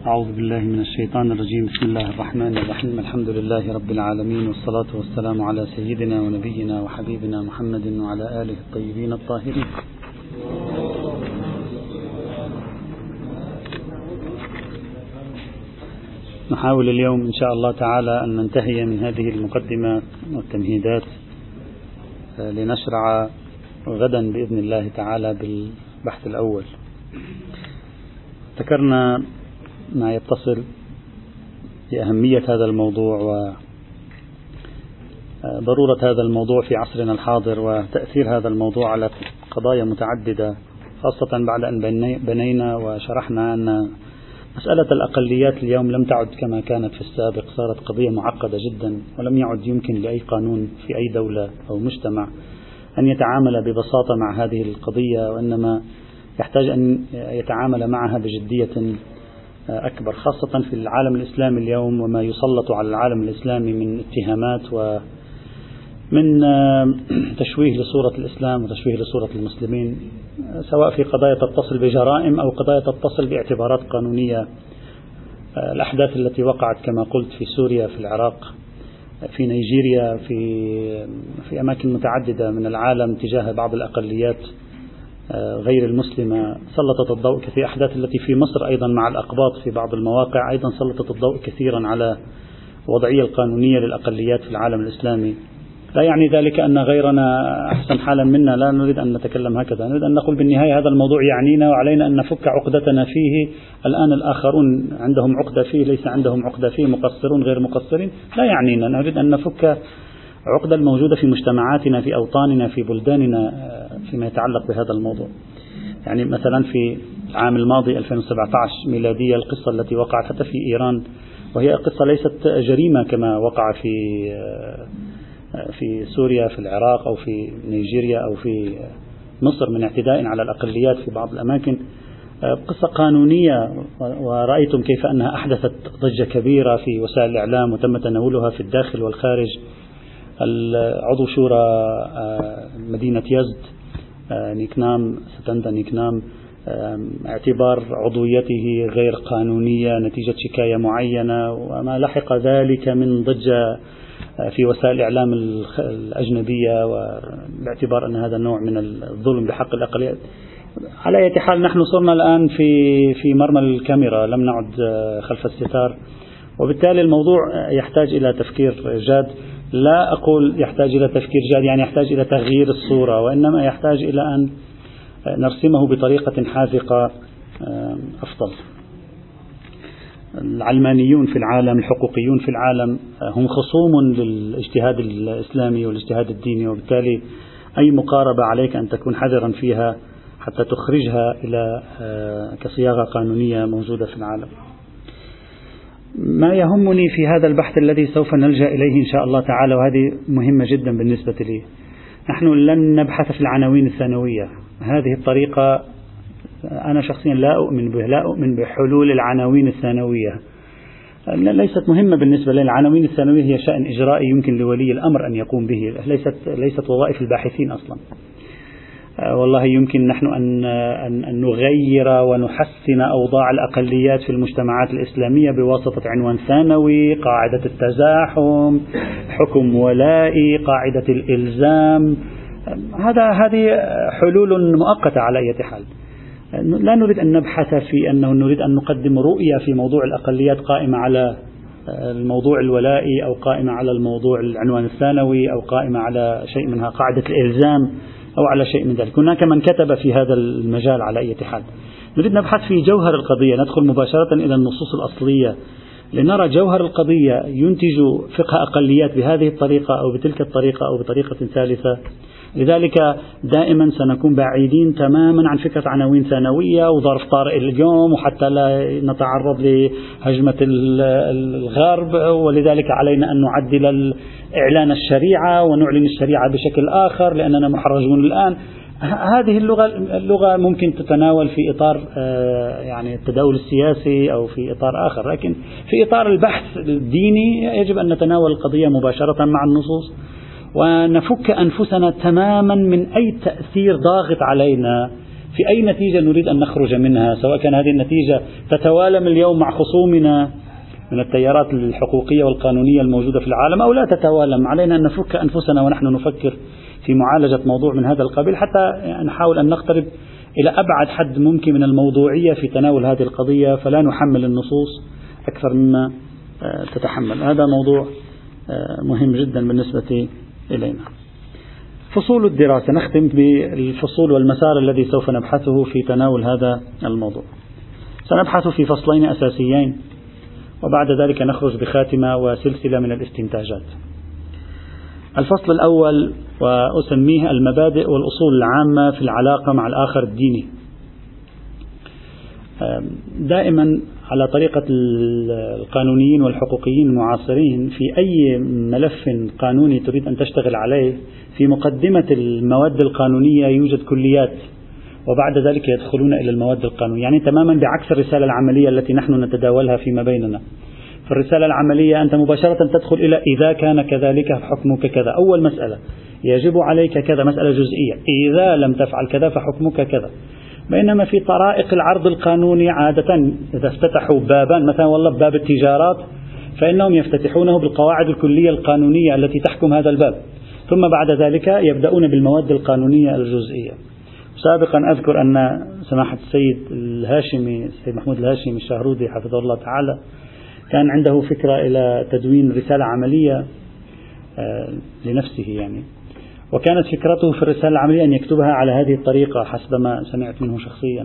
أعوذ بالله من الشيطان الرجيم. بسم الله الرحمن الرحيم. الحمد لله رب العالمين، والصلاة والسلام على سيدنا ونبينا وحبيبنا محمد وعلى آله الطيبين الطاهرين. نحاول اليوم إن شاء الله تعالى أن ننتهي من هذه المقدمة والتمهيدات لنشرع غدا بإذن الله تعالى بالبحث الأول. ذكرنا ما يتصل بأهمية هذا الموضوع وضرورة هذا الموضوع في عصرنا الحاضر، وتأثير هذا الموضوع على قضايا متعددة، خاصة بعد أن بنينا وشرحنا أن مسألة الأقليات اليوم لم تعد كما كانت في السابق، صارت قضية معقدة جدا، ولم يعد يمكن لأي قانون في أي دولة أو مجتمع أن يتعامل ببساطة مع هذه القضية، وإنما يحتاج أن يتعامل معها بجدية أكبر، خاصة في العالم الإسلامي اليوم وما يسلط على العالم الإسلامي من اتهامات ومن تشويه لصورة الإسلام وتشويه لصورة المسلمين، سواء في قضايا تتصل بجرائم أو قضايا تتصل باعتبارات قانونية. الأحداث التي وقعت كما قلت في سوريا، في العراق، في نيجيريا، في أماكن متعددة من العالم تجاه بعض الأقليات غير المسلمة، سلطت الضوء كثير. أحداث التي في مصر أيضا مع الأقباط في بعض المواقع أيضا سلطت الضوء كثيرا على الوضعية القانونية للأقليات في العالم الإسلامي. لا يعني ذلك أن غيرنا أحسن حالا منا، لا نريد أن نتكلم هكذا، نريد أن نقول بالنهاية هذا الموضوع يعنينا وعلينا أن نفك عقدتنا فيه. الآن الآخرون عندهم عقدة فيه، ليس عندهم عقدة فيه، مقصرون غير مقصرين، لا يعنينا، نريد أن نفك عقدة الموجودة في مجتمعاتنا، في أوطاننا، في بلداننا فيما يتعلق بهذا الموضوع. يعني مثلا في العام الماضي 2017 ميلادية، القصة التي وقعت حتى في إيران، وهي قصة ليست جريمة كما وقع في سوريا، في العراق أو في نيجيريا أو في مصر من اعتداء على الأقليات في بعض الأماكن، قصة قانونية، ورأيتم كيف أنها أحدثت ضجة كبيرة في وسائل الإعلام وتم تناولها في الداخل والخارج. عضو شورى مدينة يزد نيكنام ستندا نيكنام، اعتبار عضويته غير قانونية نتيجة شكاية معينة، وما لحق ذلك من ضجة في وسائل الإعلام الأجنبية، وباعتبار أن هذا نوع من الظلم بحق الأقليات. على أي حال نحن صرنا الآن في مرمى الكاميرا، لم نعد خلف الستار، وبالتالي الموضوع يحتاج إلى تفكير جاد. لا أقول يحتاج إلى تفكير جاد يعني يحتاج إلى تغيير الصورة، وإنما يحتاج إلى أن نرسمه بطريقة حاذقة أفضل. العلمانيون في العالم، الحقوقيون في العالم، هم خصوم للاجتهاد الإسلامي والاجتهاد الديني، وبالتالي أي مقاربة عليك أن تكون حذرا فيها حتى تخرجها إلى كصياغة قانونية موجودة في العالم. ما يهمني في هذا البحث الذي سوف نلجأ إليه إن شاء الله تعالى، وهذه مهمة جدا بالنسبة لي، نحن لن نبحث في العناوين الثانوية. هذه الطريقة أنا شخصيا لا أؤمن به، لا أؤمن بحلول العناوين الثانوية، ليست مهمة بالنسبة لي. العناوين الثانوية هي شأن إجرائي يمكن لولي الأمر أن يقوم به، ليست وظائف الباحثين أصلا. والله يمكن نحن أن نغير ونحسن أوضاع الأقليات في المجتمعات الإسلامية بواسطة عنوان ثانوي، قاعدة التزاحم، حكم ولائي، قاعدة الإلزام. هذه حلول مؤقتة على أي حال. لا نريد أن نبحث في أنه نريد أن نقدم رؤية في موضوع الأقليات قائمة على الموضوع الولائي، أو قائمة على الموضوع العنوان الثانوي، أو قائمة على شيء منها قاعدة الإلزام، أو على شيء من ذلك. هناك من كتب في هذا المجال على أي حال. نريد نبحث في جوهر القضية، ندخل مباشرة إلى النصوص الأصلية لنرى جوهر القضية ينتج فقه أقليات بهذه الطريقة أو بتلك الطريقة أو بطريقة ثالثة. لذلك دائما سنكون بعيدين تماما عن فكرة عناوين ثانوية وظرف طارئ اليوم، وحتى لا نتعرض لهجمة الغرب، ولذلك علينا أن نعدل إعلان الشريعة ونعلن الشريعة بشكل آخر لأننا محرجون الآن. هذه اللغة ممكن تتناول في إطار يعني التداول السياسي أو في إطار آخر، لكن في إطار البحث الديني يجب أن نتناول القضية مباشرة مع النصوص، ونفك أنفسنا تماما من أي تأثير ضاغط علينا في أي نتيجة نريد أن نخرج منها، سواء كان هذه النتيجة تتوالم اليوم مع خصومنا من التيارات الحقوقية والقانونية الموجودة في العالم أو لا تتوالم. علينا أن نفك أنفسنا ونحن نفكر في معالجة موضوع من هذا القبيل، حتى نحاول أن نقترب إلى أبعد حد ممكن من الموضوعية في تناول هذه القضية، فلا نحمل النصوص أكثر مما تتحمل. هذا موضوع مهم جدا بالنسبة إلينا. فصول الدراسة، نختم بالفصول والمسار الذي سوف نبحثه في تناول هذا الموضوع. سنبحث في فصلين أساسيين، وبعد ذلك نخرج بخاتمة وسلسلة من الاستنتاجات. الفصل الأول وأسميه المبادئ والأصول العامة في العلاقة مع الآخر الديني. دائما على طريقة القانونيين والحقوقيين المعاصرين، في أي ملف قانوني تريد أن تشتغل عليه في مقدمة المواد القانونية يوجد كليات، وبعد ذلك يدخلون إلى المواد القانونية، يعني تماما بعكس الرسالة العملية التي نحن نتداولها فيما بيننا. في الرسالة العملية أنت مباشرة تدخل إلى إذا كان كذلك فحكمك كذا، أول مسألة يجب عليك كذا، مسألة جزئية، إذا لم تفعل كذا فحكمك كذا. بينما في طرائق العرض القانوني عادة إذا افتتحوا بابا، مثلا والله باب التجارات، فإنهم يفتتحونه بالقواعد الكلية القانونية التي تحكم هذا الباب، ثم بعد ذلك يبدأون بالمواد القانونية الجزئية. سابقا أذكر أن سماحة السيد الهاشمي، السيد محمود الهاشمي الشهرودي حفظه الله تعالى، كان عنده فكرة إلى تدوين رسالة عملية لنفسه يعني، وكانت فكرته في الرسالة العملية أن يكتبها على هذه الطريقة حسب ما سمعت منه شخصيا،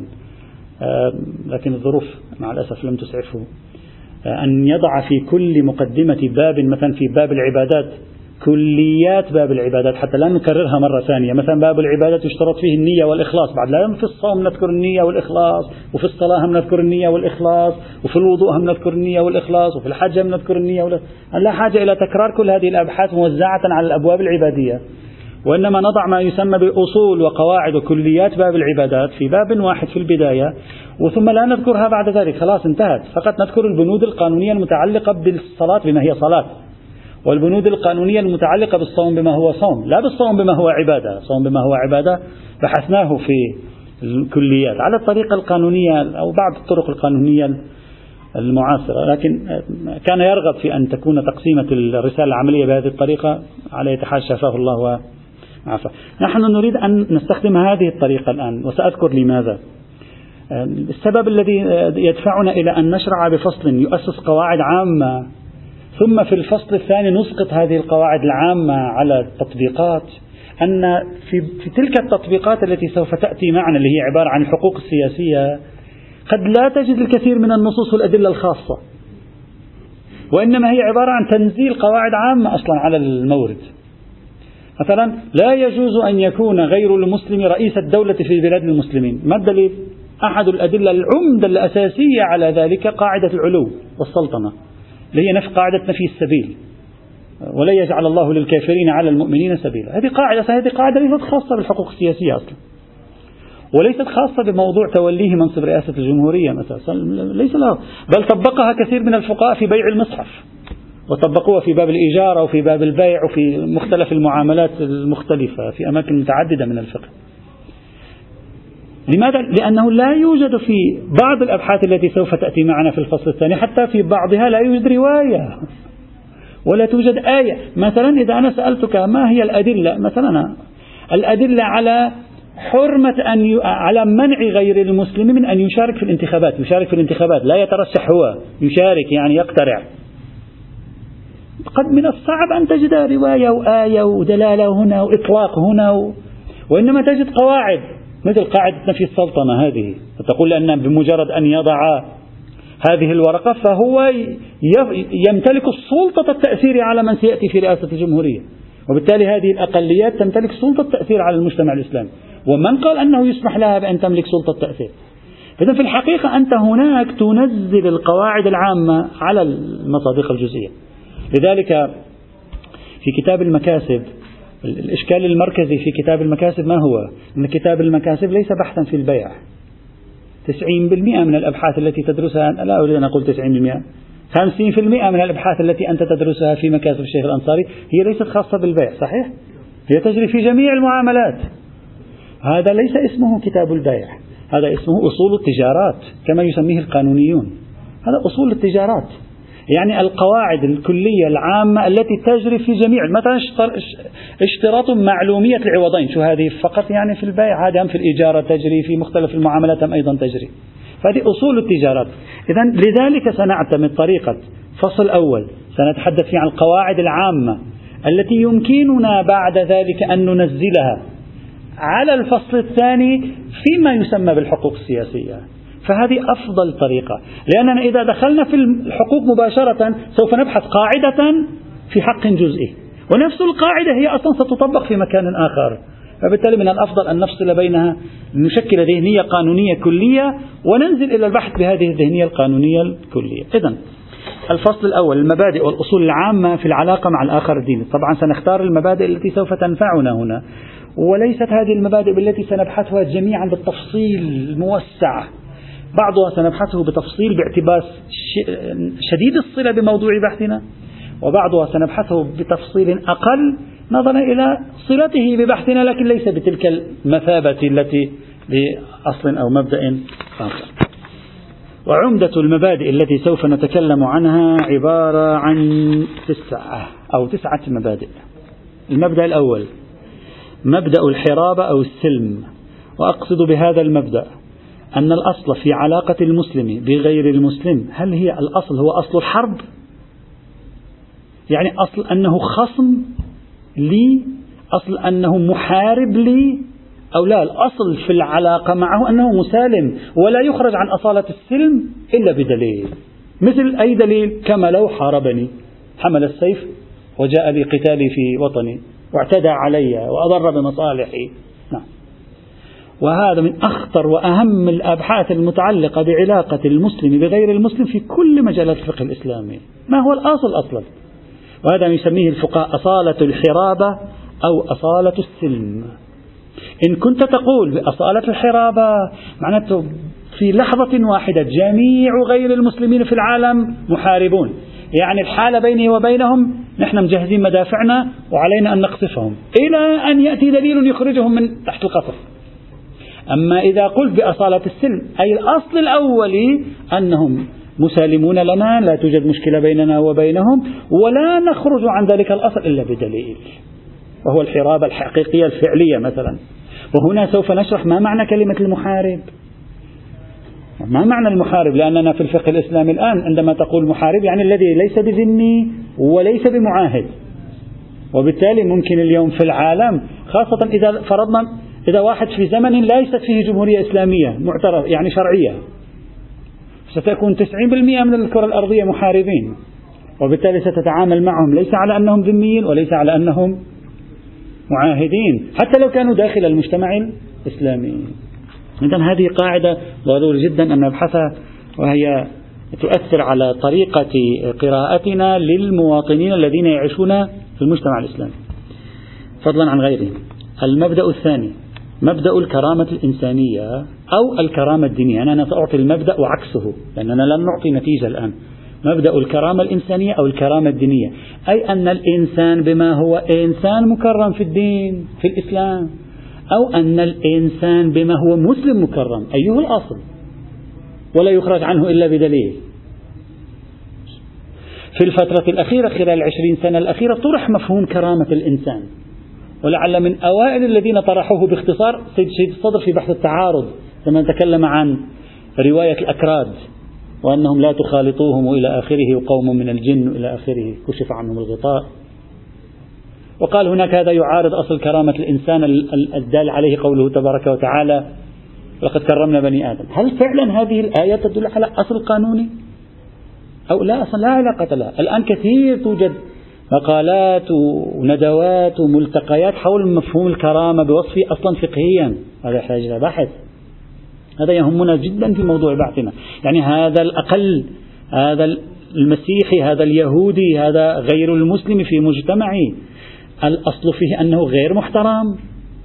لكن الظروف مع الأسف لم تسعفه، أن يضع في كل مقدمة باب، مثلا في باب العبادات كليات باب العبادات حتى لا نكررها مرة ثانية. مثلا باب العبادات يشترط فيه النية والإخلاص، بعد لا في الصوم نذكر النية والإخلاص، وفي الصلاة هم نذكر النية والإخلاص، وفي الوضوء هم نذكر النية والإخلاص، وفي الحج هم نذكر النية والإخلاص. لا حاجة إلى تكرار كل هذه الأبحاث موزعة على الأبواب العبادية، وإنما نضع ما يسمى بأصول وقواعد وكليات باب العبادات في باب واحد في البداية، وثم لا نذكرها بعد ذلك، خلاص انتهت، فقط نذكر البنود القانونية المتعلقة بالصلاة بما هي صلاة، والبنود القانونية المتعلقة بالصوم بما هو صوم، لا بالصوم بما هو عبادة. صوم بما هو عبادة بحثناه في الكليات على الطريقة القانونية أو بعض الطرق القانونية المعاصرة، لكن كان يرغب في أن تكون تقسيمة الرسالة العملية بهذه الطريقة، على يتحاشى شفاه الله وعافاه. نحن نريد أن نستخدم هذه الطريقة الآن، وسأذكر لماذا. السبب الذي يدفعنا إلى أن نشرع بفصل يؤسس قواعد عامة، ثم في الفصل الثاني نسقط هذه القواعد العامة على التطبيقات، أن في تلك التطبيقات التي سوف تأتي معنا، اللي هي عبارة عن الحقوق السياسية، قد لا تجد الكثير من النصوص والأدلة الخاصة، وإنما هي عبارة عن تنزيل قواعد عامة أصلا على المورد. مثلا لا يجوز أن يكون غير المسلم رئيس الدولة في بلاد المسلمين. ما الدليل؟ أحد الأدلة العمدة الأساسية على ذلك قاعدة العلو والسلطنة، اللي هي نفس قاعدة نفي السبيل، ولا يجعل الله للكافرين على المؤمنين سبيلا. هذه قاعدة ليست خاصة بالحقوق السياسية أصلا، وليست خاصة بموضوع توليه منصب رئاسة الجمهورية مثلا، ليس له، بل طبقها كثير من الفقهاء في بيع المصحف، وطبقوها في باب الإيجار وفي باب البيع وفي مختلف المعاملات المختلفة في أماكن متعددة من الفقه. لماذا؟ لأنه لا يوجد في بعض الأبحاث التي سوف تأتي معنا في الفصل الثاني، حتى في بعضها لا يوجد رواية ولا توجد آية. مثلا إذا أنا سألتك ما هي الأدلة، مثلا الأدلة على حرمة على منع غير المسلم من أن يشارك في الانتخابات، يشارك في الانتخابات، لا يترشح هو، يشارك يعني يقترع، قد من الصعب أن تجد رواية وآية ودلالة هنا وإطلاق هنا وإنما تجد قواعد مثل قاعدة نفي السلطنة هذه، فتقول أن بمجرد أن يضع هذه الورقة فهو يمتلك السلطة التأثير على من سيأتي في رئاسة الجمهورية، وبالتالي هذه الأقليات تمتلك سلطة التأثير على المجتمع الإسلامي. ومن قال أنه يسمح لها بأن تملك سلطة التأثير؟ فإذا في الحقيقة أنت هناك تنزل القواعد العامة على المصادق الجزئية. لذلك في كتاب المكاسب الإشكال المركزي في كتاب المكاسب ما هو؟ أن كتاب المكاسب ليس بحثا في البيع. 90% من الأبحاث التي تدرسها، لا أريد أن أقول 90%، 50% من الأبحاث التي أنت تدرسها في مكاسب الشيخ الأنصاري هي ليست خاصة بالبيع، صحيح؟ هي تجري في جميع المعاملات. هذا ليس اسمه كتاب البيع، هذا اسمه أصول التجارات كما يسميه القانونيون. هذا أصول التجارات، يعني القواعد الكلية العامة التي تجري في جميع، مثلا اشتراط معلومية العوضين، شو هذه فقط يعني في البيع، هذا هم في الإجارة تجري، في مختلف المعاملات هم أيضا تجري. فهذه أصول التجارات. إذن لذلك سنعتمد طريقة فصل أول سنتحدث فيه عن القواعد العامة التي يمكننا بعد ذلك أن ننزلها على الفصل الثاني فيما يسمى بالحقوق السياسية. فهذه أفضل طريقة، لأننا إذا دخلنا في الحقوق مباشرة سوف نبحث قاعدة في حق جزئي، ونفس القاعدة هي أصلا ستطبق في مكان آخر. فبالتالي من الأفضل أن نفصل بينها، نشكل ذهنية قانونية كلية وننزل إلى البحث بهذه الذهنية القانونية الكلية. إذن الفصل الأول المبادئ والأصول العامة في العلاقة مع الآخر الديني. طبعا سنختار المبادئ التي سوف تنفعنا هنا، وليست هذه المبادئ التي سنبحثها جميعا بالتفصيل الموسع، بعضها سنبحثه بتفصيل باعتبار شديد الصلة بموضوع بحثنا، وبعضها سنبحثه بتفصيل أقل نظرا إلى صلته ببحثنا لكن ليس بتلك المثابة التي بأصل أو مبدأ آخر. وعمدة المبادئ التي سوف نتكلم عنها عبارة عن 9 مبادئ. المبدأ الأول مبدأ الحرابة أو السلم، وأقصد بهذا المبدأ أن الأصل في علاقة المسلم بغير المسلم، هل هي الأصل هو أصل الحرب؟ يعني أصل أنه خصم لي، أصل أنه محارب لي، أو لا، الأصل في العلاقة معه أنه مسالم ولا يخرج عن أصالة السلم إلا بدليل. مثل أي دليل؟ كما لو حاربني، حمل السيف وجاء لقتالي في وطني واعتدى علي وأضر بمصالحي. نعم. وهذا من أخطر وأهم الأبحاث المتعلقة بعلاقة المسلم بغير المسلم في كل مجالات الفقه الإسلامي. ما هو الأصل أصلا؟ وهذا يسميه الفقهاء أصالة الحرابة أو أصالة السلم. إن كنت تقول بأصالة الحرابة معناته في لحظة واحدة جميع غير المسلمين في العالم محاربون، يعني الحالة بيني وبينهم نحن مجهزين مدافعنا وعلينا أن نقصفهم إلى أن يأتي دليل يخرجهم من تحت القصف. أما إذا قلت بأصالة السلم أي الأصل الأولي أنهم مسالمون لنا، لا توجد مشكلة بيننا وبينهم، ولا نخرج عن ذلك الأصل إلا بدليل، وهو الحرابة الحقيقية الفعلية مثلا. وهنا سوف نشرح ما معنى كلمة المحارب، ما معنى المحارب، لأننا في الفقه الإسلامي الآن عندما تقول محارب يعني الذي ليس بذمي وليس بمعاهد. وبالتالي ممكن اليوم في العالم خاصة إذا فرضنا إذا واحد في زمن ليست فيه جمهورية إسلامية معترف يعني شرعية، ستكون 90% من الكرة الأرضية محاربين، وبالتالي ستتعامل معهم ليس على أنهم ذميين وليس على أنهم معاهدين حتى لو كانوا داخل المجتمع الإسلامي. إذن هذه قاعدة ضروري جدا أن نبحثها، وهي تؤثر على طريقة قراءتنا للمواطنين الذين يعيشون في المجتمع الإسلامي فضلا عن غيرهم. المبدأ الثاني مبدأ الكرامة الإنسانية أو الكرامة الدينية. أنا سأعطي المبدأ وعكسه لأننا لن نعطي نتيجة الآن. مبدأ الكرامة الإنسانية أو الكرامة الدينية، أي أن الإنسان بما هو إنسان مكرم في الدين في الإسلام، أو أن الإنسان بما هو مسلم مكرم، أيه الأصل ولا يخرج عنه إلا بدليل. في الفترة الأخيرة خلال 20 سنة الأخيرة طرح مفهوم كرامة الإنسان، ولعل من أوائل الذين طرحوه باختصار سيد الصدر في بحث التعارض لما تكلم عن رواية الأكراد وأنهم لا تخالطوهم إلى آخره وقوم من الجن إلى آخره كشف عنهم الغطاء، وقال هناك هذا يعارض أصل كرامة الإنسان الدال عليه قوله تبارك وتعالى لقد كرمنا بني آدم. هل فعلا هذه الآية تدل على أصل قانوني أو لا؟ أصلا لا علاقة لها. الآن كثير توجد مقالات وندوات وملتقيات حول مفهوم الكرامة بوصفه أصلا فقهيا، هذا يحتاج إلى بحث، هذا يهمنا جدا في موضوع بحثنا. يعني هذا الأقل، هذا المسيحي، هذا اليهودي، هذا غير المسلم في مجتمعي الأصل فيه أنه غير محترم،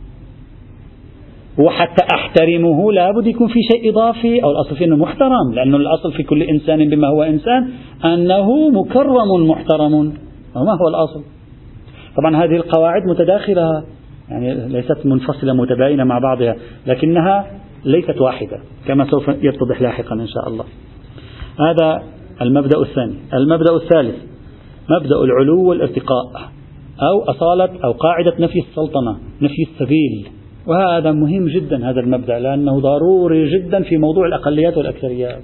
وحتى أحترمه لابد يكون في شيء إضافي، أو الأصل فيه أنه محترم، لأنه الأصل في كل إنسان بما هو إنسان أنه مكرم محترم، وما هو الأصل. طبعا هذه القواعد متداخلة، يعني ليست منفصلة متباينة مع بعضها، لكنها ليست واحدة كما سوف يتضح لاحقا إن شاء الله. هذا المبدأ الثاني. المبدأ الثالث مبدأ العلو والارتقاء، أو أصالة أو قاعدة نفي السلطنة، نفي السبيل. وهذا مهم جدا هذا المبدأ، لأنه ضروري جدا في موضوع الأقليات والأكثريات.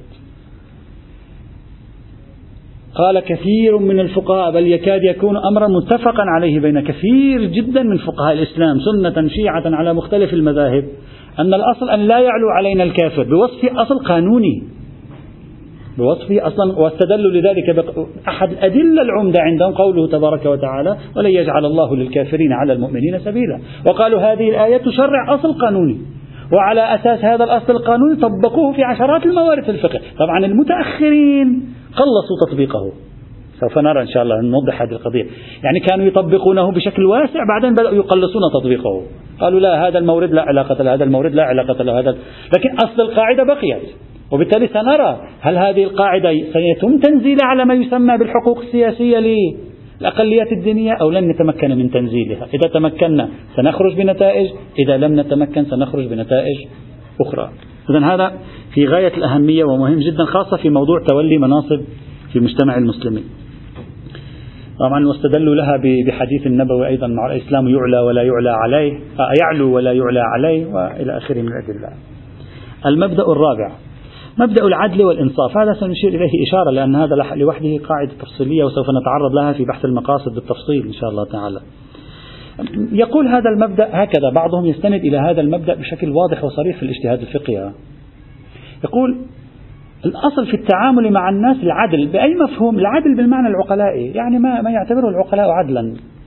قال كثير من الفقهاء، بل يكاد يكون أمرا متفقا عليه بين كثير جدا من فقهاء الإسلام سنة شيعة على مختلف المذاهب، أن الأصل أن لا يعلو علينا الكافر بوصفه أصل قانوني، بوصفه أصلا. واستدلوا لذلك أحد الأدلة العمدة عندهم قوله تبارك وتعالى: ولن يجعل الله للكافرين على المؤمنين سبيلا. وقالوا هذه الآية تشرع أصل قانوني، وعلى أساس هذا الأصل القانوني طبقوه في عشرات الموارد في الفقه. طبعا المتأخرين قلصوا تطبيقه، سوف نرى إن شاء الله نوضح هذه القضية. يعني كانوا يطبقونه بشكل واسع، بعدين بدأوا يقلصون تطبيقه، قالوا لا هذا المورد لا علاقة له، هذا المورد لا علاقة له، لكن أصل القاعدة بقيت. وبالتالي سنرى هل هذه القاعدة سيتم تنزيلها على ما يسمى بالحقوق السياسية للأقليات الدينية أو لن نتمكن من تنزيلها. إذا تمكنا سنخرج بنتائج، إذا لم نتمكن سنخرج بنتائج أخرى. إذن هذا في غاية الأهمية ومهم جدا، خاصة في موضوع تولي مناصب في مجتمع المسلمين. طبعا واستدلوا لها بحديث النبوي أيضا: مع الإسلام يعلى ولا يعلى عليه، يعلو ولا يعلى عليه، وإلى آخره من الأدلة. المبدأ الرابع مبدأ العدل والإنصاف. هذا سنشير إليه إشارة، لأن هذا لوحده قاعدة تفصيلية وسوف نتعرض لها في بحث المقاصد بالتفصيل إن شاء الله تعالى. يقول هذا المبدأ هكذا، بعضهم يستند إلى هذا المبدأ بشكل واضح وصريح في الاجتهاد الفقهي. يقول: الأصل في التعامل مع الناس العدل. بأي مفهوم؟ العدل بالمعنى العقلائي، يعني ما يعتبره العقلاء عدلا.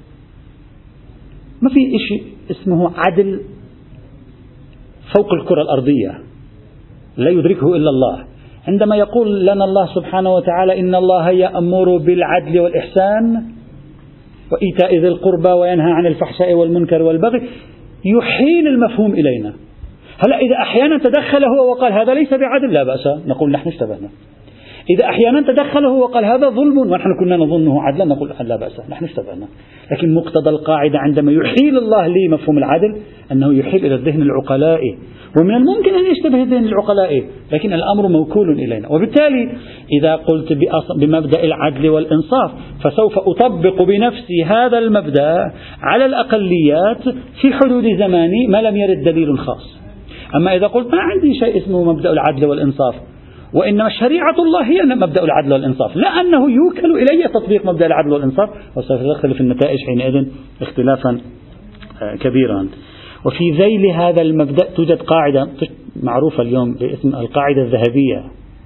ما في شيء اسمه عدل فوق الكرة الأرضية لا يدركه إلا الله. عندما يقول لنا الله سبحانه وتعالى: إن الله يأمر بالعدل والإحسان وإيتاء ذي القربى وينهى عن الفحشاء والمنكر والبغي، يحيل المفهوم إلينا. هلا إذا أحيانا تدخل هو وقال هذا ليس بعدل، لا بأس، نقول نحن اشتبهنا. إذا أحيانا تدخل هو وقال هذا ظلم ونحن كنا نظنه عدلا، نقول لا بأس، نحن اشتبهنا. لكن مقتضى القاعدة عندما يحيل الله لي مفهوم العدل أنه يحيل إلى الذهن العقلائي، ومن الممكن أن يشتبه الذهن العقلائي، لكن الأمر موكول إلينا. وبالتالي إذا قلت بمبدأ العدل والإنصاف، فسوف أطبق بنفسي هذا المبدأ على الأقليات في حدود زماني ما لم يرد دليل خاص. أما إذا قلت ما عندي شيء اسمه مبدأ العدل والإنصاف، وإنما شريعة الله هي مبدأ العدل والإنصاف، لأنه يوكل إلي تطبيق مبدأ العدل والإنصاف، وسوف تختلف النتائج حينئذ اختلافا كبيرا. وفي ذيل هذا المبدأ توجد قاعدة معروفة اليوم باسم القاعدة الذهبية،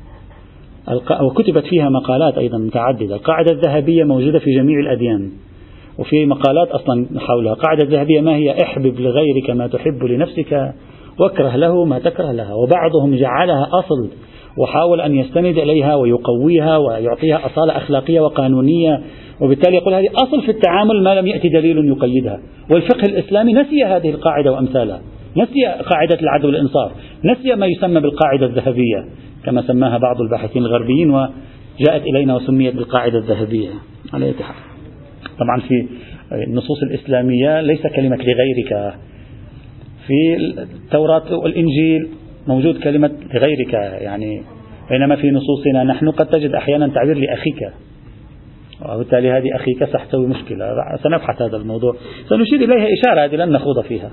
وكتبت فيها مقالات أيضا متعددة. القاعدة الذهبية موجودة في جميع الأديان، وفي مقالات أصلا حولها. القاعدة الذهبية ما هي؟ احبب لغيرك ما تحب لنفسك واكره له ما تكره لها. وبعضهم جعلها أصل وحاول أن يستند إليها ويقويها ويعطيها أصالة أخلاقية وقانونية، وبالتالي يقول هذه أصل في التعامل ما لم يأتي دليل يقيدها. والفقه الإسلامي نسي هذه القاعدة وأمثالها، نسي قاعدة العدل والإنصاف، نسي ما يسمى بالقاعدة الذهبية كما سماها بعض الباحثين الغربيين، وجاءت إلينا وسميت بالقاعدة الذهبية. على أي حال، طبعا في النصوص الإسلامية ليس كلمة لغيرك، في التوراة والإنجيل موجود كلمة لغيرك، يعني بينما في نصوصنا نحن قد تجد أحيانا تعبير لأخيك، وبالتالي هذه أخيك ستحتوي مشكلة. سنبحث هذا الموضوع، سنشير إليها إشارة، هذه لن نخوض فيها.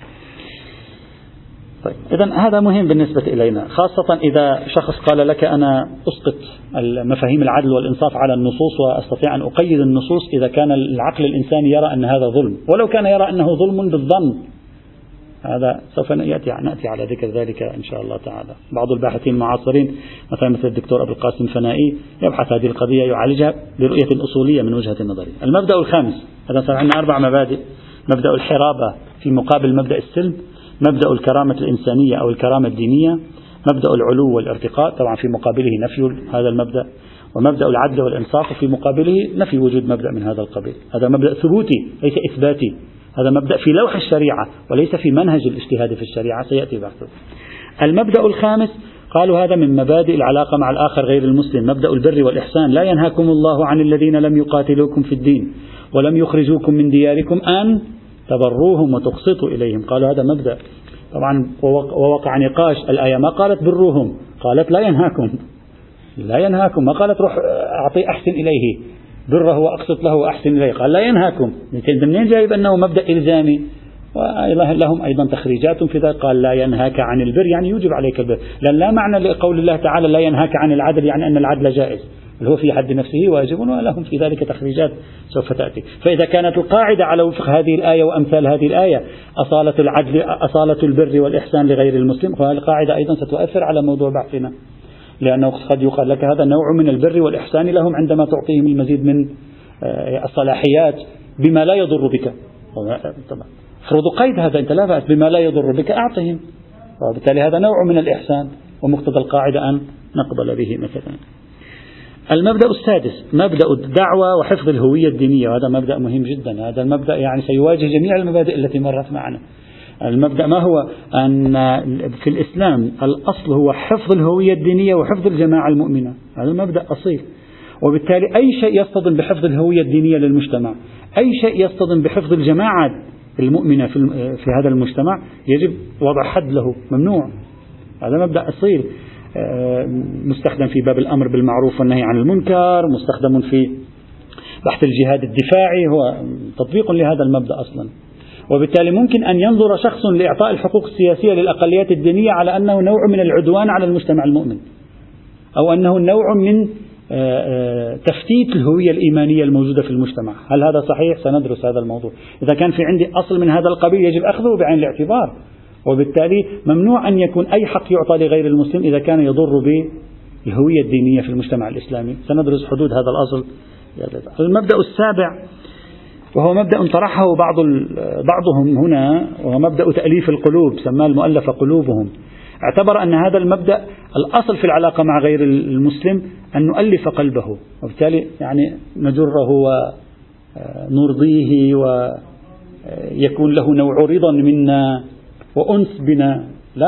طيب، إذن هذا مهم بالنسبة إلينا، خاصة إذا شخص قال لك أنا أسقط مفاهيم العدل والإنصاف على النصوص وأستطيع أن أقيد النصوص إذا كان العقل الإنساني يرى أن هذا ظلم، ولو كان يرى أنه ظلم بالظن. هذا سوف نأتي على ذكر ذلك إن شاء الله تعالى. بعض الباحثين المعاصرين مثل الدكتور أبو القاسم الفنائي يبحث هذه القضية، يعالجها برؤية أصولية من وجهة نظري. المبدأ الخامس، هذا صار عندنا 4 مبادئ: مبدأ الحرابة في مقابل مبدأ السلم، مبدأ الكرامة الإنسانية أو الكرامة الدينية، مبدأ العلو والارتقاء طبعا في مقابله نفي هذا المبدأ، ومبدأ العدل والإنصاف في مقابله نفي وجود مبدأ من هذا القبيل. هذا مبدأ ثبوتي ليس إثباتي، هذا مبدأ في لوح الشريعة وليس في منهج الاجتهاد في الشريعة، سيأتي بحثه. المبدأ الخامس قالوا هذا من مبادئ العلاقة مع الآخر غير المسلم، مبدأ البر والإحسان: لا ينهاكم الله عن الذين لم يقاتلوكم في الدين ولم يخرجوكم من دياركم أن تبروهم وتقسطوا إليهم. قالوا هذا مبدأ. طبعا ووقع نقاش. الآية ما قالت بروهم، قالت لا ينهاكم، لا ينهاكم، ما قالت روح أعطي أحسن إليه بره وأقسط له وأحسن إليه، قال لا ينهاكم. منين جايب أنه مبدأ إلزامي؟ ولهم أيضا تخريجات في ذلك. قال لا ينهاك عن البر يعني يوجب عليك البر، لأن لا معنى لقول الله تعالى لا ينهاك عن العدل يعني أن العدل جائز، اللي هو في حد نفسه واجب، ولهم في ذلك تخريجات سوف تأتي. فإذا كانت القاعدة على وفق هذه الآية وأمثال هذه الآية أصالة العدل أصالة البر والإحسان لغير المسلم، فهذه القاعدة أيضا ستؤثر على موضوع بحثنا، لأنه قد يقال لك هذا نوع من البر والإحسان لهم عندما تعطيهم المزيد من الصلاحيات بما لا يضر بك. طبعا فرض قيد هذا، أنت لا بأس بما لا يضر بك أعطهم، وبالتالي هذا نوع من الإحسان، ومقتضى القاعدة أن نقبل به مثلا. المبدأ السادس مبدأ الدعوة وحفظ الهوية الدينية، وهذا مبدأ مهم جدا. هذا المبدأ يعني سيواجه جميع المبادئ التي مرت معنا. المبدأ ما هو؟ أن في الإسلام الأصل هو حفظ الهوية الدينية وحفظ الجماعة المؤمنة، هذا مبدأ أصيل. وبالتالي أي شيء يصطدم بحفظ الهوية الدينية للمجتمع، أي شيء يصطدم بحفظ الجماعة المؤمنة في هذا المجتمع يجب وضع حد له، ممنوع. هذا مبدأ أصيل مستخدم في باب الأمر بالمعروف والنهي عن المنكر، مستخدم في بحث الجهاد الدفاعي، هو تطبيق لهذا المبدأ أصلا. وبالتالي ممكن أن ينظر شخص لإعطاء الحقوق السياسية للأقليات الدينية على أنه نوع من العدوان على المجتمع المؤمن، أو أنه نوع من تفتيت الهوية الإيمانية الموجودة في المجتمع. هل هذا صحيح؟ سندرس هذا الموضوع. إذا كان في عندي أصل من هذا القبيل يجب أخذه بعين الاعتبار، وبالتالي ممنوع أن يكون أي حق يعطى لغير المسلم إذا كان يضر بالهوية الدينية في المجتمع الإسلامي. سندرس حدود هذا الأصل. المبدأ السابع وهو مبدأ طرحه بعضهم هنا، وهو مبدأ تأليف القلوب، سماه المؤلف قلوبهم. اعتبر أن هذا المبدأ الأصل في العلاقة مع غير المسلم أن نؤلف قلبه، وبالتالي يعني نجره ونرضيه ويكون له نوع رضا منا وأنس بنا.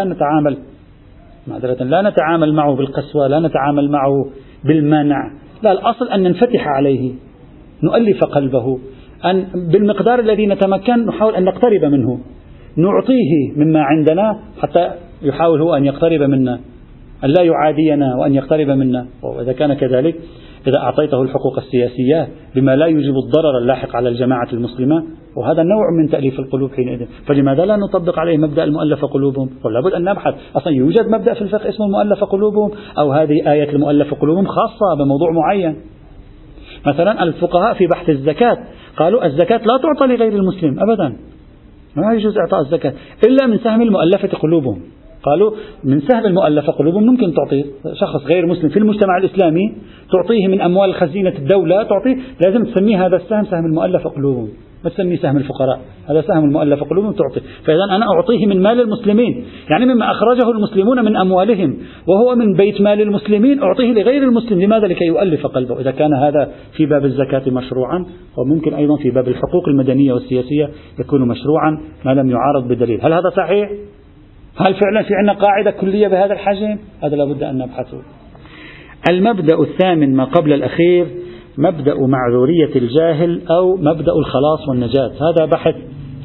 لا نتعامل معه بالقسوة، لا نتعامل معه بالمنع، لا، الأصل أن ننفتح عليه، نؤلف قلبه، أن بالمقدار الذي نتمكن نحاول أن نقترب منه، نعطيه مما عندنا حتى يحاول هو أن يقترب منا، أن لا يعادينا وأن يقترب منا. وإذا كان كذلك، إذا أعطيته الحقوق السياسية بما لا يوجب الضرر اللاحق على الجماعة المسلمة، وهذا نوع من تأليف القلوب حينئذ، فلماذا لا نطبق عليه مبدأ المؤلف قلوبهم؟ ولا بد أن نبحث أصلا يوجد مبدأ في الفقه اسمه المؤلف قلوبهم، أو هذه آية المؤلف قلوبهم خاصة بموضوع معين. مثلا الفقهاء في بحث الزكاة قالوا الزكاة لا تعطى لغير المسلم أبدا، ما يجوز إعطاء الزكاة إلا من سهم المؤلفة قلوبهم. قالوا من سهم المؤلفة قلوبهم ممكن تعطي شخص غير مسلم في المجتمع الإسلامي، تعطيه من أموال خزينة الدولة، تعطيه، لازم تسميه هذا السهم سهم المؤلفة قلوبهم، ما تسميه سهم الفقراء، هذا سهم المؤلفة قلوبهم تعطي. فإذا أنا أعطيه من مال المسلمين، يعني مما أخرجه المسلمون من أموالهم وهو من بيت مال المسلمين، أعطيه لغير المسلم. لماذا؟ لكي يؤلف قلبه. إذا كان هذا في باب الزكاة مشروعا، وممكن أيضا في باب الحقوق المدنية والسياسية يكون مشروعا ما لم يعارض بدليل. هل هذا صحيح؟ هل فعلا في عندنا قاعدة كلية بهذا الحجم؟ هذا لابد أن نبحثه. المبدأ الثامن ما قبل الأخير مبدأ معذورية الجاهل أو مبدأ الخلاص والنجاة. هذا بحث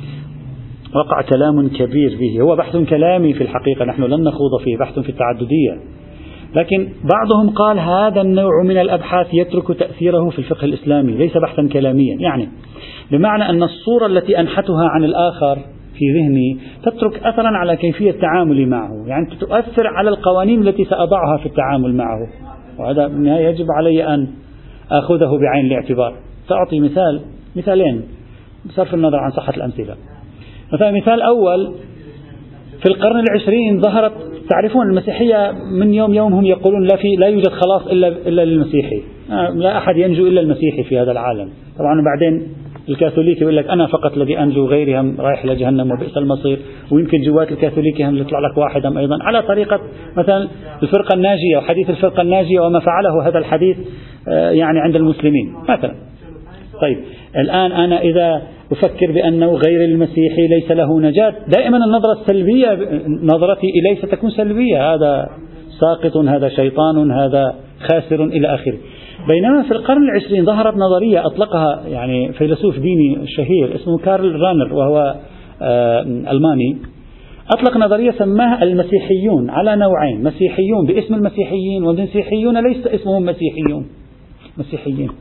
وقع كلام كبير فيه، هو بحث كلامي في الحقيقة، نحن لن نخوض فيه، بحث في التعددية، لكن بعضهم قال هذا النوع من الأبحاث يترك تأثيره في الفقه الإسلامي، ليس بحثا كلاميا، يعني بمعنى أن الصورة التي أنحتها عن الآخر في ذهني تترك أثرا على كيفية التعامل معه، يعني تؤثر على القوانين التي سأضعها في التعامل معه، وهذا بالنهاية يجب علي أن أخذه بعين الاعتبار. سأعطي مثالين بصرف النظر عن صحة الأمثلة. مثلا مثال أول، في القرن العشرين ظهرت، تعرفون المسيحية من يوم هم يقولون لا يوجد خلاص إلا للمسيحي، لا أحد ينجو إلا المسيحي في هذا العالم. طبعا بعدين الكاثوليكي يقول لك أنا فقط الذي أنجو، غيري هم رايح لجهنم وبئس المصير، ويمكن جوات الكاثوليكي هم يطلع لك واحد هم أيضا على طريقة مثلا الفرقة الناجية وحديث الفرقة الناجية وما فعله هذا الحديث يعني عند المسلمين مثلا. طيب الآن أنا إذا أفكر بأنه غير المسيحي ليس له نجاة، دائما النظرة السلبية، نظرتي إليه ستكون سلبية، هذا ساقط، هذا شيطان، هذا خاسر إلى آخره. بينما في القرن العشرين ظهرت نظرية أطلقها يعني فيلسوف ديني شهير اسمه كارل رانر، وهو ألماني، أطلق نظرية سماها المسيحيون على نوعين: مسيحيون باسم المسيحيين، ومسيحيون ليس اسمهم مسيحيين.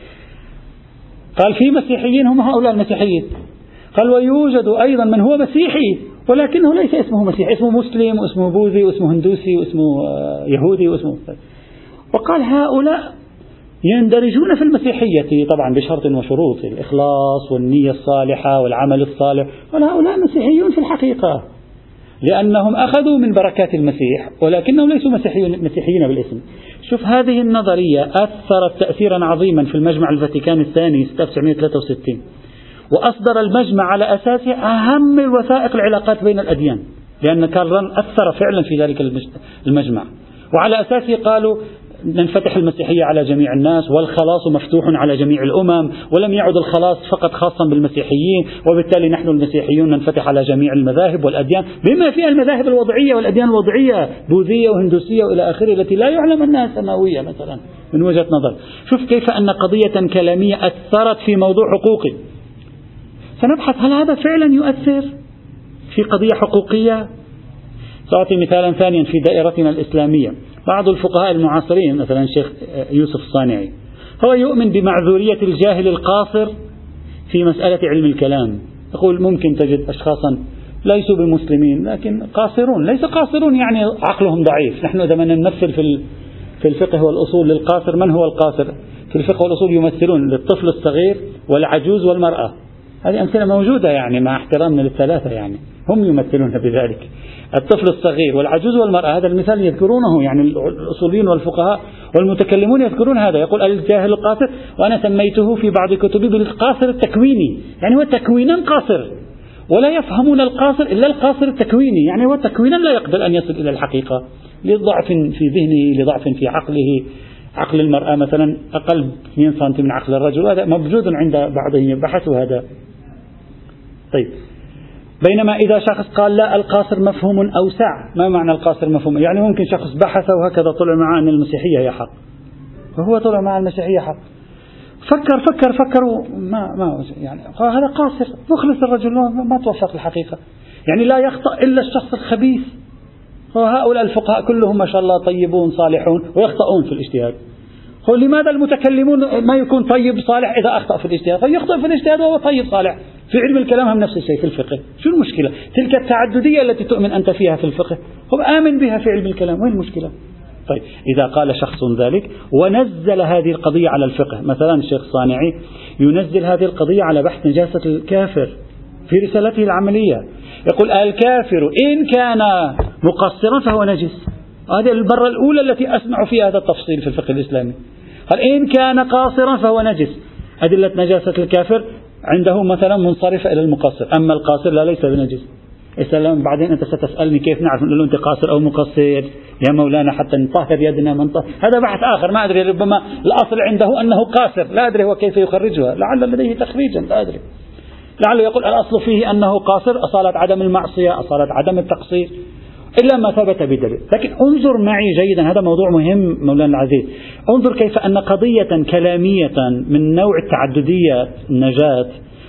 قال في مسيحيين هم هؤلاء المسيحيين، قال ويوجد أيضا من هو مسيحي ولكنه ليس اسمه مسيحي، اسمه مسلم واسمه بوذي واسمه هندوسي واسمه يهودي واسمه، وقال هؤلاء يندرجون في المسيحية طبعا بشرط وشروط: الإخلاص والنية الصالحة والعمل الصالح، وهؤلاء مسيحيون في الحقيقة لأنهم أخذوا من بركات المسيح ولكنهم ليسوا مسيحيين بالاسم. شوف، هذه النظرية أثرت تأثيرا عظيما في المجمع الفاتيكاني الثاني 1963، وأصدر المجمع على أساسه أهم الوثائق العلاقات بين الأديان، لأن كارل ران أثر فعلا في ذلك المجمع، وعلى أساسه قالوا ننفتح المسيحية على جميع الناس، والخلاص مفتوح على جميع الأمم، ولم يعد الخلاص فقط خاصا بالمسيحيين، وبالتالي نحن المسيحيون ننفتح على جميع المذاهب والأديان بما فيها المذاهب الوضعية والأديان الوضعية بوذية وهندوسية وإلى آخره، التي لا يعلم أنها سماوية مثلا من وجهة نظر. شوف كيف أن قضية كلامية أثرت في موضوع حقوقي. سنبحث هل هذا فعلا يؤثر في قضية حقوقية. سأعطي مثالا ثانيا في دائرتنا الإسلامية. بعض الفقهاء المعاصرين مثلا الشيخ يوسف الصانعي هو يؤمن بمعذورية الجاهل القاصر في مسألة علم الكلام. يقول ممكن تجد أشخاصا ليسوا بمسلمين لكن قاصرون، ليس قاصرون يعني عقلهم ضعيف. نحن إذا نمثل في الفقه والأصول للقاصر، من هو القاصر؟ في الفقه والأصول يمثلون للطفل الصغير والعجوز والمرأة. هذه أمثلة موجودة يعني مع احترامنا للثلاثة، يعني هم يمثلون بذلك. الطفل الصغير والعجوز والمرأة، هذا المثال يذكرونه يعني الأصوليين والفقهاء والمتكلمون يذكرون هذا. يقول الجاهل القاصر، وأنا سميته في بعض كتبي بالقاصر التكويني، يعني هو تكوينا قاصر، ولا يفهمون القاصر إلا القاصر التكويني، يعني هو تكوينا لا يقدر أن يصل إلى الحقيقة لضعف في ذهنه، لضعف في عقله. عقل المرأة مثلا أقل 2 سم من عقل الرجل، وهذا موجود عند بعضهم يبحثوا هذا. طيب، بينما إذا شخص قال لا القاصر مفهوم أوسع، ما معنى القاصر مفهوم؟ يعني ممكن شخص بحث وهكذا طلع معه أن المسيحية هي حق، وهو طلع مع المسيحية حق، فكر ما يعني هذا قاصر مخلص الرجل، ما توفق الحقيقة، يعني لا يخطأ إلا الشخص الخبيث. وهؤلاء الفقهاء كلهم ما شاء الله طيبون صالحون ويخطئون في الاجتهاد. لماذا المتكلمون ما يكون طيب صالح إذا أخطأ في الاجتهاد؟ فيخطئ في الاجتهاد وهو طيب صالح. في علم الكلام هم نفس الشيء في الفقه. شو المشكلة؟ تلك التعددية التي تؤمن أنت فيها في الفقه هو آمن بها في علم الكلام، وين المشكلة؟ طيب، إذا قال شخص ذلك ونزل هذه القضية على الفقه، مثلا الشيخ الصانعي ينزل هذه القضية على بحث نجاسة الكافر في رسالته العملية، يقول الكافر إن كان مقصرا فهو نجس. هذه المرة الأولى التي أسمع فيها هذا التفصيل في الفقه الإسلامي. قال إن كان قاصرا فهو نجس. أدلة نجاسة الكافر عنده مثلا منصرفة إلى المقصر، أما القاصر لا، ليس بنجس. السلام، بعدين أنت ستسألني كيف نعرف أنه أنت قاصر أو مقصر يا مولانا حتى نطهر يدنا من طهر. هذا بحث آخر ما أدري، ربما الأصل عنده أنه قاصر، لا أدري هو كيف يخرجها، لعل لديه تخريجا لا أدري، لعله يقول الأصل فيه أنه قاصر أصالة عدم المعصية، أصالة عدم التقصير، إلا ما ثبت بدليل. لكن انظر معي جيدا، هذا موضوع مهم مولانا العزيز. انظر كيف أن قضية كلامية من نوع التعددية النجاة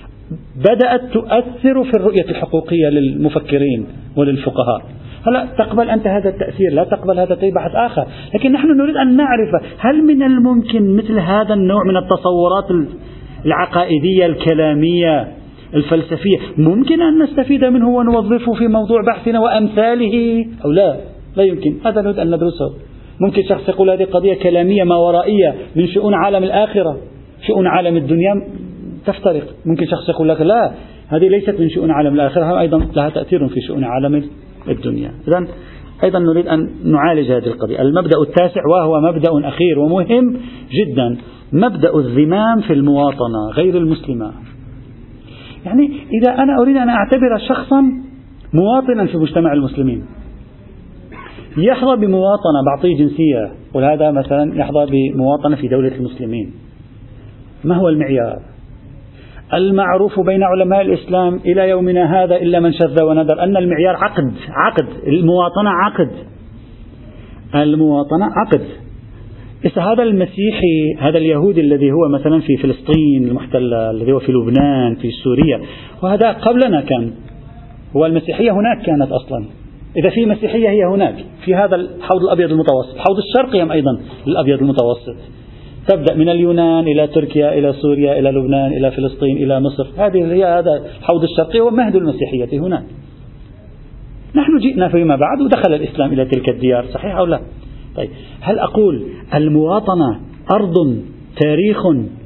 بدأت تؤثر في الرؤية الحقوقية للمفكرين وللفقهاء. هلا تقبل أنت هذا التأثير، لا تقبل هذا بحث آخر، لكن نحن نريد أن نعرف هل من الممكن مثل هذا النوع من التصورات العقائدية الكلامية الفلسفية ممكن أن نستفيد منه ونوظفه في موضوع بحثنا وأمثاله أو لا؟ لا يمكن. هذا نريد أن ندرسه. ممكن شخص يقول هذه قضية كلامية ما ورائية من شؤون عالم الآخرة، شؤون عالم الدنيا تفترق. ممكن شخص يقول لك لا، هذه ليست من شؤون عالم الآخرة، أيضا لها تأثير في شؤون عالم الدنيا. إذن أيضا نريد أن نعالج هذه القضية. المبدأ التاسع وهو مبدأ أخير ومهم جدا، مبدأ الذمام في المواطنة غير المسلمة. يعني إذا أنا أريد أن أعتبر شخصا مواطنا في مجتمع المسلمين يحظى بمواطنة، بعطيه جنسية، وهذا مثلا يحظى بمواطنة في دولة المسلمين، ما هو المعيار؟ المعروف بين علماء الإسلام إلى يومنا هذا إلا من شذ وندر أن المعيار عقد. المواطنة عقد. هذا المسيحي، هذا اليهودي الذي هو مثلا في فلسطين المحتلة، الذي هو في لبنان، في سوريا، وهذا قبلنا كان، هو المسيحية هناك كانت أصلا، إذا في مسيحية هي هناك في هذا الحوض الأبيض المتوسط، الحوض الشرقي هم أيضا الأبيض المتوسط، تبدأ من اليونان إلى تركيا إلى سوريا إلى لبنان إلى فلسطين إلى مصر، هذه هي هذا الحوض الشرقي ومهد المسيحية هناك. نحن جئنا فيما بعد ودخل الإسلام إلى تلك الديار، صحيح أو لا؟ طيب، هل أقول المواطنة أرض، تاريخ،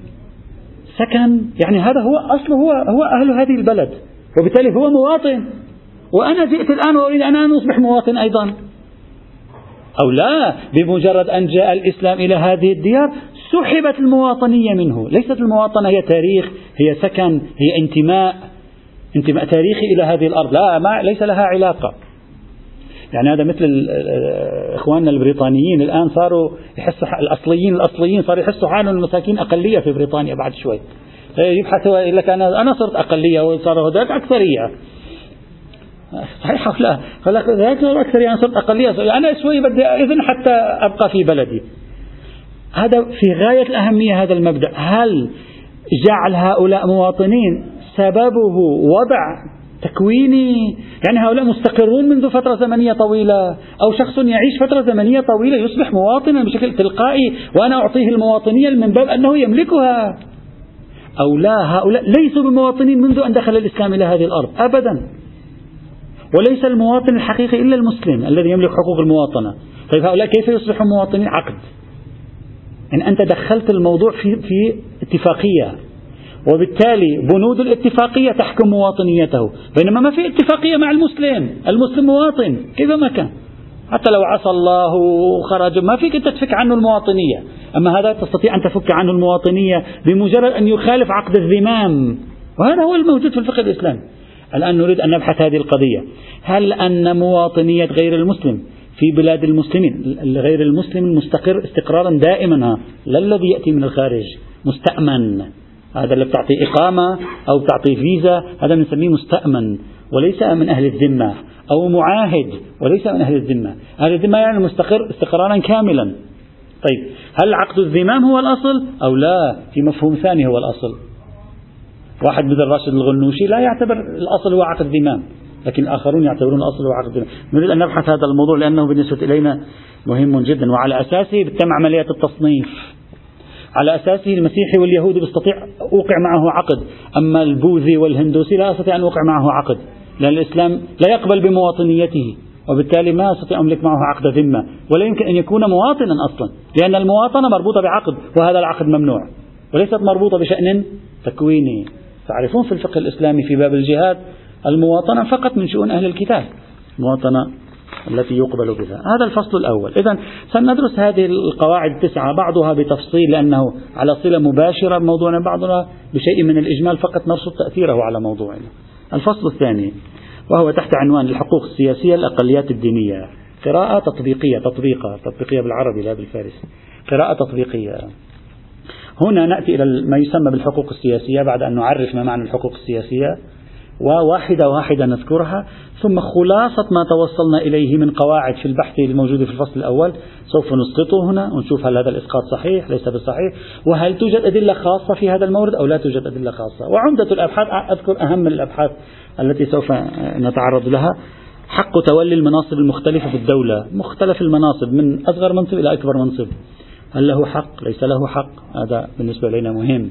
سكن؟ يعني هذا هو أصله، هو أهل هذه البلد، وبالتالي هو مواطن، وأنا جئت الآن وأريد أن أصبح مواطن أيضا، أو لا؟ بمجرد أن جاء الإسلام إلى هذه الديار سحبت المواطنية منه، ليست المواطنة هي تاريخ، هي سكن، هي انتماء تاريخي إلى هذه الأرض، لا، ليس لها علاقة. يعني هذا مثل إخواننا البريطانيين الآن صاروا يحسوا الأصليين صاروا يحسوا حالهم المساكين أقلية في بريطانيا بعد شوي، يبحثوا يقول لك أنا صرت أقلية وصار هذاك أكثرية، صحيح أو لا؟ هذاك أكثرية، أنا صرت أقلية، أنا شوي بدي إذن حتى أبقى في بلدي. هذا في غاية الأهمية هذا المبدأ. هل جعل هؤلاء مواطنين سببه وضع تكويني، يعني هؤلاء مستقرون منذ فترة زمنية طويلة، أو شخص يعيش فترة زمنية طويلة يصبح مواطنا بشكل تلقائي وأنا أعطيه المواطنية من باب أنه يملكها، أو لا؟ هؤلاء ليسوا بمواطنين منذ أن دخل الإسلام إلى هذه الأرض أبدا، وليس المواطن الحقيقي إلا المسلم الذي يملك حقوق المواطنة. طيب هؤلاء كيف يصبحون مواطنين؟ عقد، إن أنت دخلت الموضوع في اتفاقية، وبالتالي بنود الاتفاقية تحكم مواطنيته، بينما ما في اتفاقية مع المسلم مواطن كيفما كان، حتى لو عصى الله وخرج ما فيك أنت تفك عنه المواطنية. أما هذا تستطيع أن تفك عنه المواطنية بمجرد أن يخالف عقد الذمام، وهذا هو الموجود في الفقه الإسلامي. الآن نريد أن نبحث هذه القضية، هل أن مواطنية غير المسلم في بلاد المسلمين، غير المسلم المستقر استقرارا دائما، لا الذي يأتي من الخارج مستأمن، هذا اللي بتعطي إقامة أو بتعطي فيزا هذا بنسميه مستأمن، وليس من أهل الذمة، أو معاهد وليس من أهل الذمة. أهل الذمة يعني مستقر استقرارا كاملا. طيب، هل عقد الذمام هو الأصل أو لا؟ في مفهوم ثاني هو الأصل. واحد مثل راشد الغنوشي لا يعتبر الأصل هو عقد الذمام، لكن الآخرون يعتبرون الأصل هو عقد الذمام. نريد أن نبحث هذا الموضوع لأنه بالنسبة إلينا مهم جدا، وعلى أساسه بتتم عمليات التصنيف، على أساسه المسيحي واليهودي بستطيع أوقع معه عقد، أما البوذي والهندوسي لا أستطيع أن أوقع معه عقد، لأن الإسلام لا يقبل بمواطنيته، وبالتالي ما أستطيع أن أملك معه عقد ذمة، ولا يمكن أن يكون مواطنا أصلا، لأن المواطنة مربوطة بعقد، وهذا العقد ممنوع، وليست مربوطة بشأن تكويني. تعرفون في الفقه الإسلامي في باب الجهاد المواطنة فقط من شؤون أهل الكتاب، المواطنة التي يقبل بها. هذا الفصل الأول. إذن سندرس هذه القواعد 9 بعضها بتفصيل لأنه على صلة مباشرة بموضوعنا، بعضها بشيء من الإجمال فقط نرصد تأثيره على موضوعنا. الفصل الثاني وهو تحت عنوان الحقوق السياسية الأقليات الدينية، قراءة تطبيقية، تطبيقية بالعربي لا بالفارسي، قراءة تطبيقية. هنا نأتي إلى ما يسمى بالحقوق السياسية بعد أن نعرف ما معنى الحقوق السياسية، وواحدة واحدة نذكرها، ثم خلاصة ما توصلنا إليه من قواعد في البحث الموجود في الفصل الأول سوف نسقطه هنا ونشوف هل هذا الإسقاط صحيح ليس بالصحيح، وهل توجد أدلة خاصة في هذا المورد أو لا توجد أدلة خاصة. وعمدة الأبحاث أذكر أهم الأبحاث التي سوف نتعرض لها: حق تولي المناصب المختلفة في الدولة، مختلف المناصب من أصغر منصب إلى أكبر منصب، هل له حق ليس له حق؟ هذا بالنسبة لنا مهم.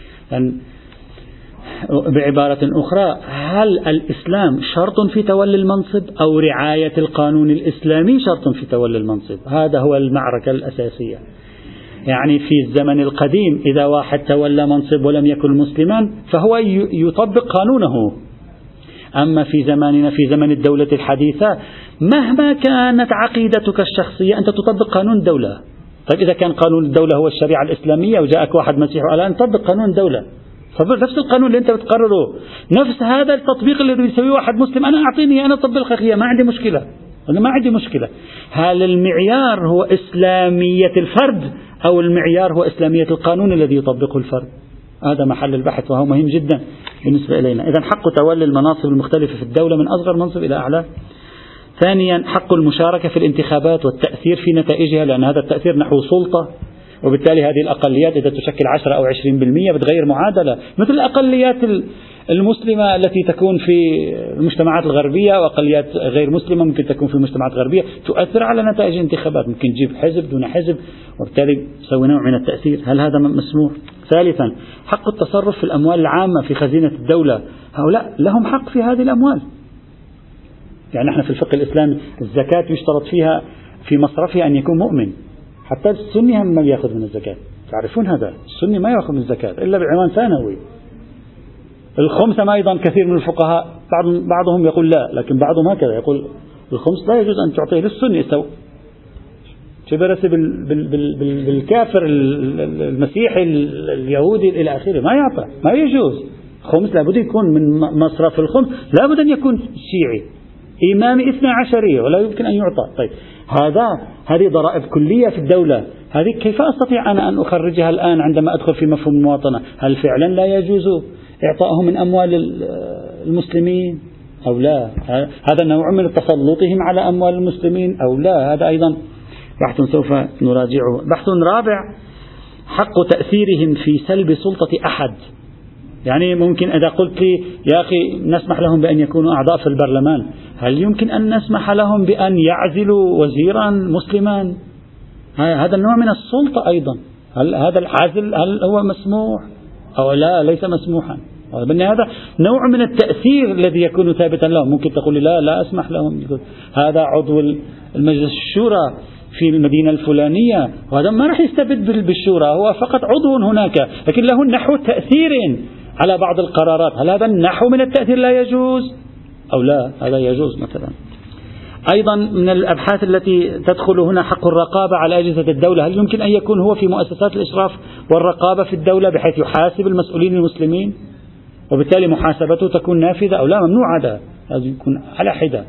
بعبارة أخرى، هل الإسلام شرط في تولي المنصب أو رعاية القانون الإسلامي شرط في تولي المنصب؟ هذا هو المعركة الأساسية. يعني في الزمن القديم إذا واحد تولى منصب ولم يكن مسلما فهو يطبق قانونه، أما في زماننا في زمن الدولة الحديثة مهما كانت عقيدتك الشخصية أنت تطبق قانون الدولة. طيب إذا كان قانون الدولة هو الشريعة الإسلامية وجاءك واحد مسيحي الآن طبق قانون الدولة، نفس القانون اللي أنت بتقرره، نفس هذا التطبيق اللي بيسويه واحد مسلم، أنا أعطيني أنا أطبق الخير، ما عندي مشكلة، أنا ما عندي مشكلة. هل المعيار هو إسلامية الفرد أو المعيار هو إسلامية القانون الذي يطبقه الفرد؟ هذا محل البحث وهو مهم جدا بالنسبة إلينا. إذن حق تولي المناصب المختلفة في الدولة من أصغر منصب إلى أعلى. ثانيا، حق المشاركة في الانتخابات والتأثير في نتائجها، لأن هذا التأثير نحو سلطة وبالتالي هذه الأقليات إذا تشكل 10 أو 20% بتغير معادلة، مثل الأقليات المسلمة التي تكون في المجتمعات الغربية، وأقليات غير مسلمة ممكن تكون في المجتمعات الغربية، تؤثر على نتائج الانتخابات، ممكن تجيب حزب دون حزب، وبالتالي تسوي نوع من التأثير. هل هذا مسموح؟ ثالثا، حق التصرف في الأموال العامة في خزينة الدولة، هؤلاء لهم حق في هذه الأموال. يعني نحن في الفقه الإسلامي الزكاة يشترط فيها في مصرفها أن يكون مؤمن، حتى السني هم ما يأخذ من الزكاة، تعرفون هذا، السني ما يأخذ من الزكاة إلا بعنوان ثانوي. الخمسة أيضا كثير من الفقهاء بعضهم يقول لا، لكن بعضهم هكذا يقول الخمس لا يجوز أن تعطيه للسني، شبرس بالكافر المسيحي اليهودي إلى آخره ما يعطى، ما يجوز. خمس لابد يكون من مصرف الخمس لابد أن يكون شيعي إمامي 12 ولا يمكن أن يعطى. طيب هذه ضرائب كلية في الدولة، هذه كيف أستطيع أنا أن أخرجها الآن عندما أدخل في مفهوم المواطنة؟ هل فعلا لا يجوز إعطائهم من أموال المسلمين أو لا؟ هذا نوع من تسلطهم على أموال المسلمين أو لا؟ هذا أيضا بحث سوف نراجعه. بحث رابع، حق تأثيرهم في سلب سلطة أحد. يعني ممكن إذا قلت لي يا أخي نسمح لهم بأن يكونوا أعضاء في البرلمان، هل يمكن أن نسمح لهم بأن يعزلوا وزيرا مسلما؟ هذا النوع من السلطة أيضا. هل هذا العزل هل هو مسموح أو لا؟ ليس مسموحا. هذا نوع من التأثير الذي يكون ثابتا لهم. ممكن تقول لي لا أسمح لهم، هذا عضو المجلس الشورى في المدينة الفلانية، وهذا ما راح يستبد بالشورى، هو فقط عضو هناك، لكن له نحو تأثير على بعض القرارات. هل هذا النحو من التأثير لا يجوز أو لا؟ هذا يجوز مثلا. أيضا من الأبحاث التي تدخل هنا حق الرقابة على أجهزة الدولة. هل يمكن أن يكون هو في مؤسسات الإشراف والرقابة في الدولة بحيث يحاسب المسؤولين المسلمين وبالتالي محاسبته تكون نافذة أو لا؟ ممنوع هذا يكون على حدة.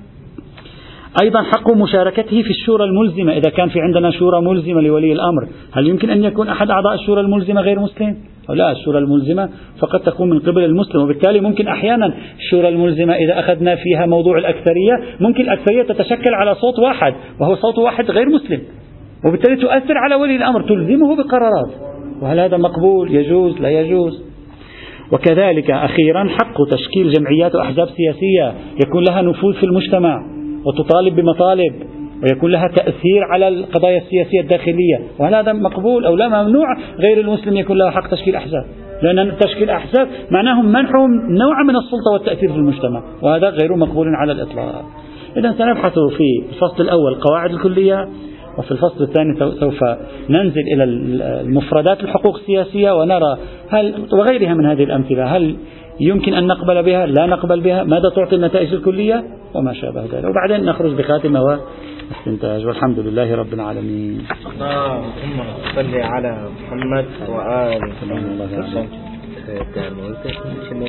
أيضا حق مشاركته في الشورى الملزمة، إذا كان في عندنا شورى ملزمة لولي الأمر، هل يمكن أن يكون أحد أعضاء الشورى الملزمة غير مسلم؟ أو لا، الشورى الملزمة فقط تكون من قبل المسلم، وبالتالي ممكن أحيانا الشورى الملزمة إذا أخذنا فيها موضوع الأكثرية، ممكن الأكثرية تتشكل على صوت واحد وهو صوت واحد غير مسلم، وبالتالي تؤثر على ولي الأمر، تلزمه بقرارات. وهل هذا مقبول؟ يجوز؟ لا يجوز؟ وكذلك أخيرا حق تشكيل جمعيات وأحزاب سياسية يكون لها نفوذ في المجتمع وتطالب بمطالب ويكون لها تأثير على القضايا السياسية الداخلية. وهل هذا مقبول أو لا؟ ممنوع غير المسلم يكون له حق تشكيل أحزاب، لأن تشكيل أحزاب معناه منحهم نوع من السلطة والتأثير في المجتمع، وهذا غير مقبول على الإطلاق. إذن سنبحث في الفصل الأول قواعد الكلية، وفي الفصل الثاني سوف ننزل إلى المفردات الحقوق السياسية ونرى هل وغيرها من هذه الأمثلة هل يمكن أن نقبل بها، لا نقبل بها، ماذا تعطي النتائج الكلية وما شابه ذلك، وبعدين نخرج بخاتمة واستنتاج. والحمد لله رب العالمين. اللهم صل على محمد وآل محمد.